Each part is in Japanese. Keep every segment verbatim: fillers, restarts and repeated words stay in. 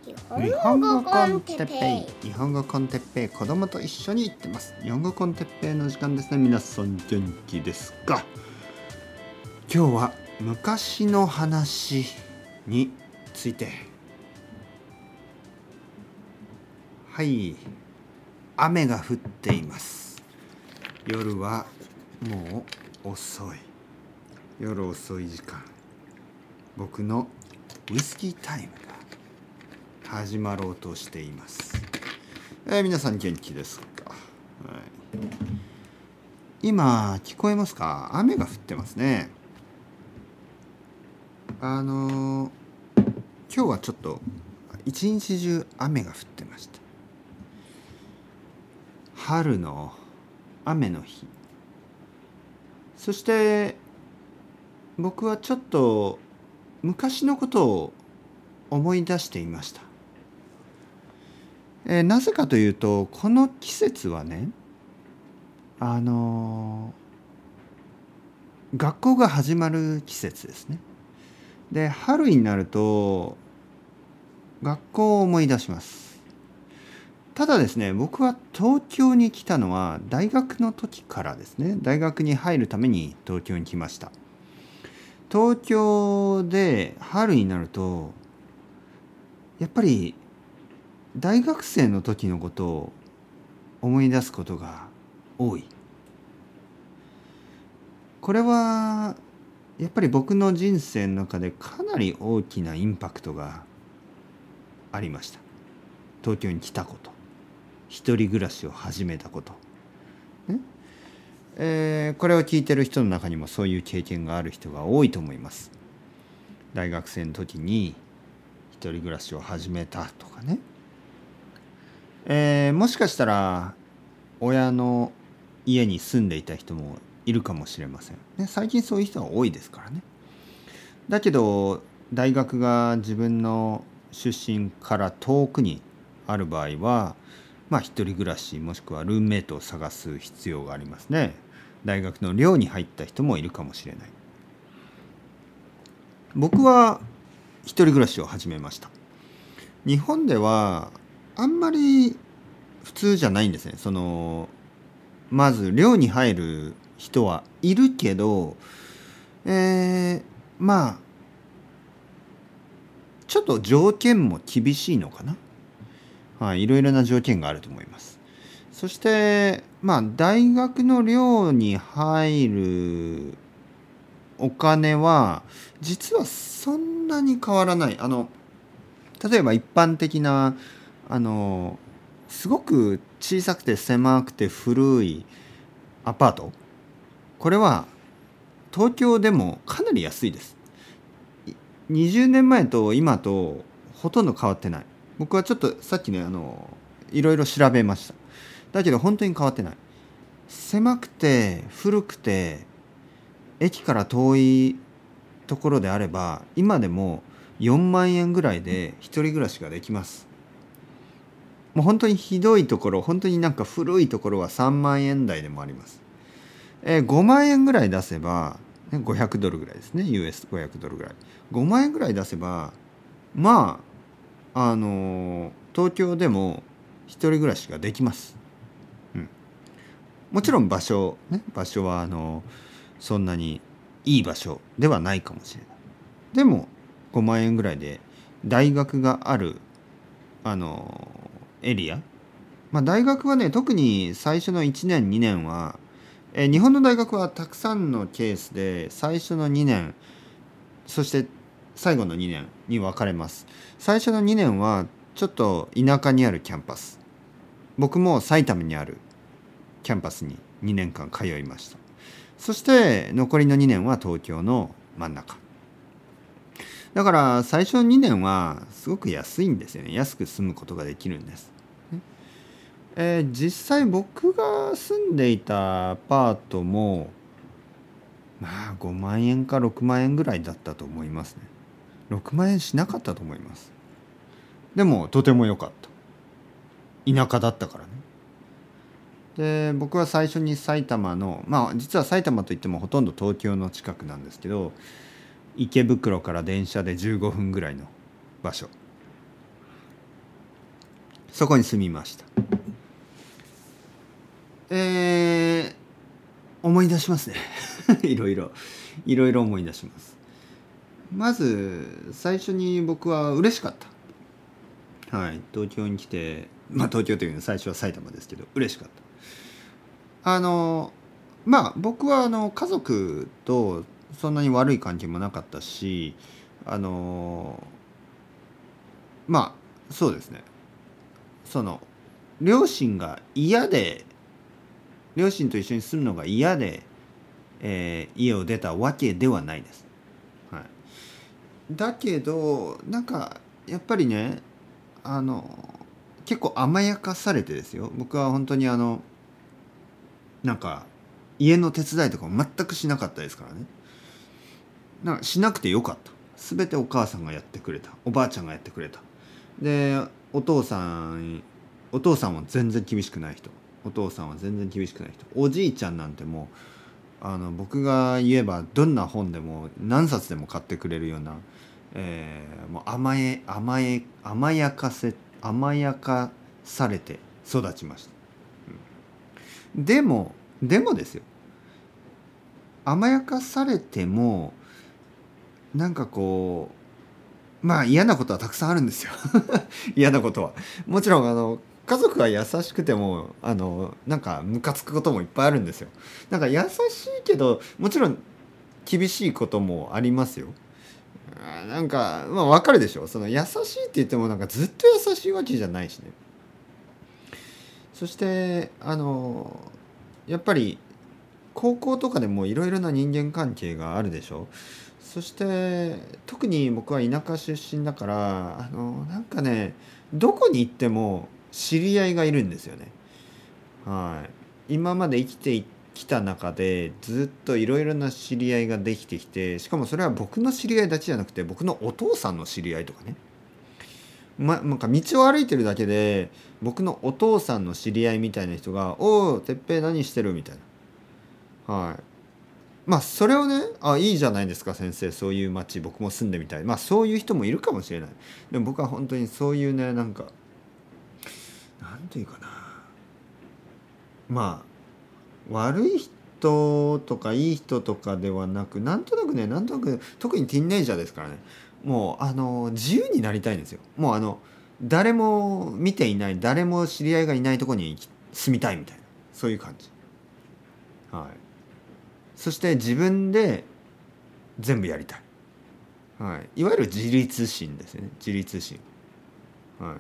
日本語コンテッペイ日本語コンテッペイ子供と一緒に行ってます。日本語コンテッペイの時間ですね。皆さん元気ですか？今日は昔の話について。はい、雨が降っています。夜はもう遅い。夜遅い時間、僕のウイスキータイムが始まろうとしています。えー、皆さん元気ですか？はい、今聞こえますか？雨が降ってますね。あのー、今日はちょっと一日中雨が降ってました。春の雨の日。そして僕はちょっと昔のことを思い出していました。えー、なぜかというと、この季節はね、あのー、学校が始まる季節ですね。で、春になると学校を思い出します。ただですね、僕は東京に来たのは大学の時からですね。大学に入るために東京に来ました。東京で春になるとやっぱり大学生の時のことを思い出すことが多い。これはやっぱり僕の人生の中でかなり大きなインパクトがありました。東京に来たこと、一人暮らしを始めたこと、ねえー、これを聞いてる人の中にもそういう経験がある人が多いと思います。大学生の時に一人暮らしを始めたとかね、えー、もしかしたら親の家に住んでいた人もいるかもしれません、ね、最近そういう人が多いですからね。だけど大学が自分の出身から遠くにある場合は、まあ一人暮らしもしくはルームメイトを探す必要がありますね。大学の寮に入った人もいるかもしれない。僕は一人暮らしを始めました。日本ではあんまり普通じゃないんですね。そのまず寮に入る人はいるけど、えー、まあちょっと条件も厳しいのかな。はい、いろいろな条件があると思います。そしてまあ大学の寮に入るお金は実はそんなに変わらない。あの例えば一般的なあのすごく小さくて狭くて古いアパート、これは東京でもかなり安いです。にじゅうねんまえと今とほとんど変わってない。僕はちょっとさっきねあのいろいろ調べました。だけど本当に変わってない。狭くて古くて駅から遠いところであれば今でもよんまんえんぐらいで一人暮らしができます。もう本当にひどいところ、本当になんか古いところはさんまんえん台でもあります。えー、ごまんえんぐらい出せば、ね、ごひゃくドルぐらいですね。 ユーエスごひゃく ドルぐらい、ごまんえんぐらい出せばまああのー、東京でも一人暮らしができます、うん、もちろん場所ね場所はあのー、そんなにいい場所ではないかもしれない。でもごまんえんぐらいで大学があるあのー、エリア、まあ、大学はね特に最初のいちねんにねんはえ日本の大学はたくさんのケースで最初のにねんそして最後のにねんに分かれます。最初のにねんはちょっと田舎にあるキャンパス、僕も埼玉にあるキャンパスににねんかん通いました。そして残りのにねんは東京の真ん中だから、最初のにねんはすごく安いんですよね。安く住むことができるんです。えー、実際僕が住んでいたアパートもまあごまんえんかろくまんえんぐらいだったと思いますね。ろくまんえんしなかったと思います。でもとても良かった。田舎だったからね。で、僕は最初に埼玉の、まあ実は埼玉といってもほとんど東京の近くなんですけど、池袋から電車でじゅうごふんぐらいの場所そこに住みました。えー、思い出しますねいろいろいろいろ思い出します。まず最初に僕は嬉しかった。はい、東京に来て、まあ東京というのは最初は埼玉ですけど嬉しかった。あのまあ僕はあの家族とそんなに悪い関係もなかったし、あのまあそうですね、その両親が嫌で両親と一緒に住むのが嫌で、えー家を出たわけではないです。はい、だけどなんかやっぱりね、あの結構甘やかされてですよ。僕は本当にあのなんか家の手伝いとかも全くしなかったですからね。なんかしなくてよかった。全てお母さんがやってくれた、おばあちゃんがやってくれた。でお父さんお父さんは全然厳しくない人お父さんは全然厳しくない人おじいちゃんなんてもうあの僕が言えばどんな本でも何冊でも買ってくれるような、えーもう甘え甘え甘やかせ甘やかされて育ちました。でもでもですよ、甘やかされてもなんかこうまあ嫌なことはたくさんあるんですよ嫌なことはもちろんあの家族が優しくてもあのなんかムカつくこともいっぱいあるんですよ。なんか優しいけどもちろん厳しいこともありますよ。あーなんかまあわかるでしょ、その優しいって言ってもなんかずっと優しいわけじゃないしね。そしてあのやっぱり高校とかでもいろいろな人間関係があるでしょ。そして特に僕は田舎出身だからあのなんかね、どこに行っても知り合いがいるんですよね。はい、今まで生きてきた中でずっといろいろな知り合いができてきて、しかもそれは僕の知り合いだけじゃなくて僕のお父さんの知り合いとかね、ま、なんか道を歩いてるだけで僕のお父さんの知り合いみたいな人が「おおてっぺい何してる?」みたいな。はい、まあそれをね、あいいじゃないですか先生、そういう町僕も住んでみたい、まあそういう人もいるかもしれない。でも僕は本当にそういうね、なんかなんていうかな、まあ悪い人とかいい人とかではなく、なんとなくね、なんとなく特にティーンネイジャーですからね、もうあの自由になりたいんですよ。もうあの誰も見ていない、誰も知り合いがいないところに住みたいみたいな、そういう感じ。はい、そして自分で全部やりたい。はい、いわゆる自立心ですね、自立心。はい、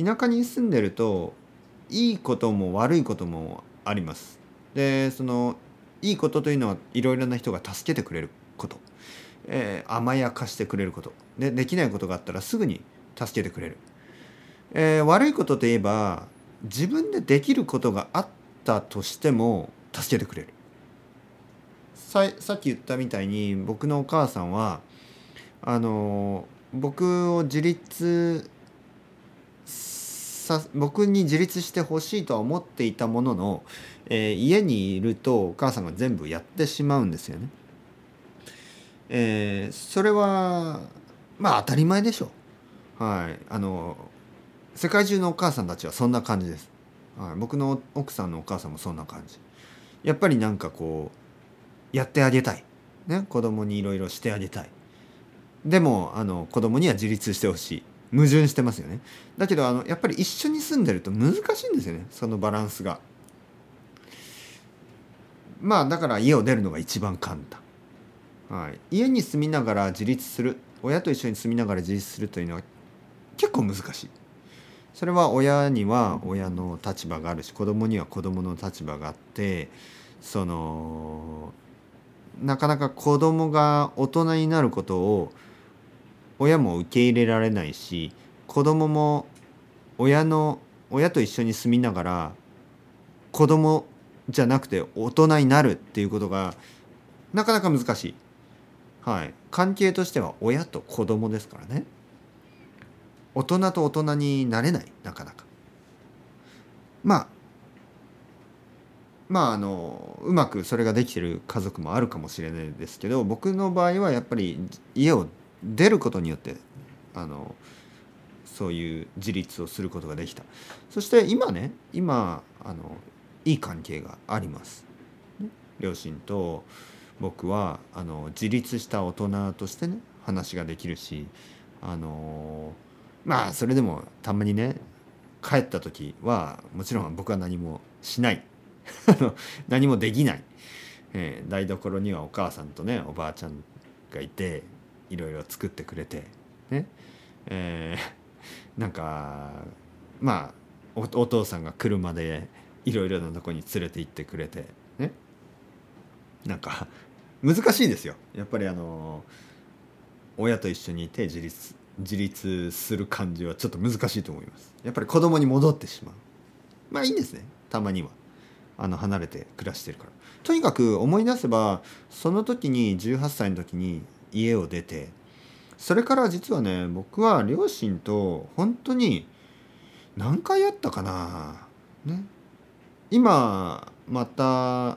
田舎に住んでるといいことも悪いこともあります。でそのいいことというのはいろいろな人が助けてくれること、えー甘やかしてくれることで、できないことがあったらすぐに助けてくれる。えー悪いことといえば自分でできることがあったとしても助けてくれる。ささっき言ったみたいに僕のお母さんはあの僕を自立さ僕に自立してほしいとは思っていたものの、えー家にいるとお母さんが全部やってしまうんですよね。えーそれはまあ当たり前でしょう。はい、あの世界中のお母さんたちはそんな感じです。はい、僕の奥さんのお母さんもそんな感じ。やっぱりなんかこうやってあげたい、ね、子供にいろいろしてあげたい。でもあの子供には自立してほしい。矛盾してますよね。だけどあのやっぱり一緒に住んでると難しいんですよね、そのバランスが。まあだから家を出るのが一番簡単。はい、家に住みながら自立する、親と一緒に住みながら自立するというのは結構難しい。それは親には親の立場があるし、子供には子供の立場があって、そのなかなか子供が大人になることを親も受け入れられないし、子供も親の親と一緒に住みながら子供じゃなくて大人になるっていうことがなかなか難しい。はい、関係としては親と子供ですからね。大人と大人になれない、なかなか。まあまああのうまくそれができてる家族もあるかもしれないですけど、僕の場合はやっぱり家を出ることによってあのそういう自立をすることができた。そして今ね今あのいい関係があります。両親と僕はあの自立した大人としてね話ができるし、あのまあそれでもたまにね帰った時はもちろん僕は何もしない何もできない、えー台所にはお母さんとねおばあちゃんがいていろいろ作ってくれてね、えーなんかまあ お, お父さんが車でいろいろなとこに連れて行ってくれてね、なんか難しいですよやっぱり。あの親と一緒にいて自立自立する感じはちょっと難しいと思います。やっぱり子供に戻ってしまう。まあいいんですね、たまにはあの離れて暮らしてるから。とにかく思い出せばその時にじゅうはっさいの時に家を出て、それから実はね僕は両親と本当に何回会ったかなね。今また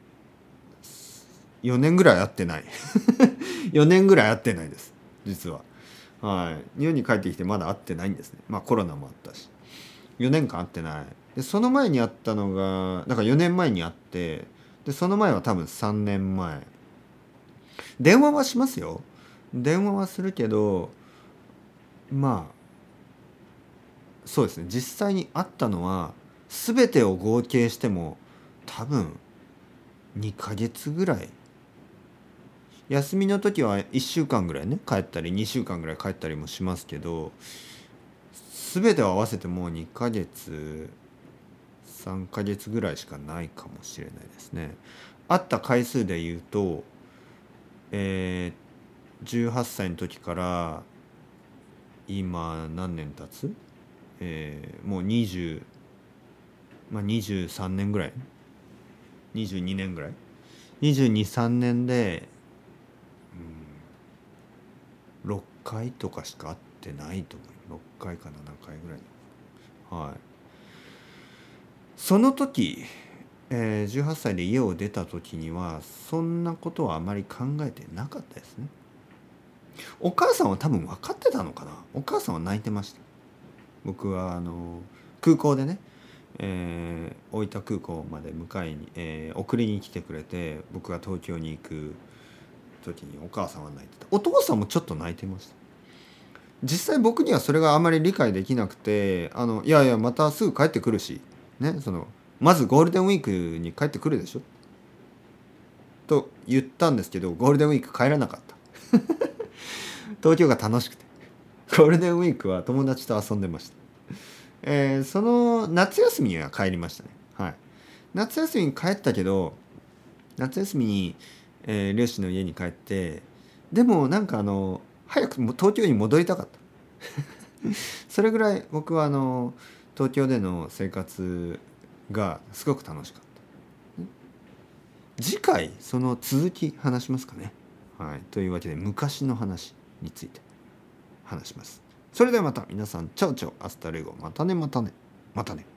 よねんぐらい会ってないよねんぐらい会ってないです実は。はい、日本に帰ってきてまだ会ってないんですね。まあコロナもあったしよねんかん会ってない。でその前に会ったのがだからよねんまえに会って、でその前は多分さんねんまえ。電話はしますよ、電話はするけど、まあそうですね、実際に会ったのは全てを合計しても多分にかげつぐらい。休みの時はいっしゅうかんぐらいね帰ったりにしゅうかんぐらい帰ったりもしますけど、全てを合わせてもうにかげつさんかげつぐらいしかないかもしれないですね。会った回数で言うと、えー、じゅうはっさいの時から今何年経つ、えー、もうにじゅう、まあ、にじゅうさんねんぐらいにじゅうにねんぐらいにじゅうに、さんねんで、うん、ろっかいとかしか会ってないと思う。ろっかいかななかいぐらい。はい。その時、えー、じゅうはっさいで家を出た時にはそんなことはあまり考えてなかったですね。お母さんは多分分かってたのかな。お母さんは泣いてました。僕はあの空港でね、えー、大分空港まで迎えに、えー、送りに来てくれて、僕が東京に行く時にお母さんは泣いてた。お父さんもちょっと泣いてました。実際僕にはそれがあまり理解できなくて、あのいやいやまたすぐ帰ってくるしね、そのまずゴールデンウィークに帰ってくるでしょと言ったんですけど、ゴールデンウィーク帰らなかった。東京が楽しくてゴールデンウィークは友達と遊んでました。えー、その夏休みには帰りましたね。はい。夏休みに帰ったけど、夏休みに、えー、両親の家に帰って、でもなんかあの早くも東京に戻りたかった。それぐらい僕はあの東京での生活がすごく楽しかった。次回その続き話しますかね。はい。というわけで昔の話について話します。それではまた皆さん、チャオチャオ、アスタレゴ、またねまたねまたね。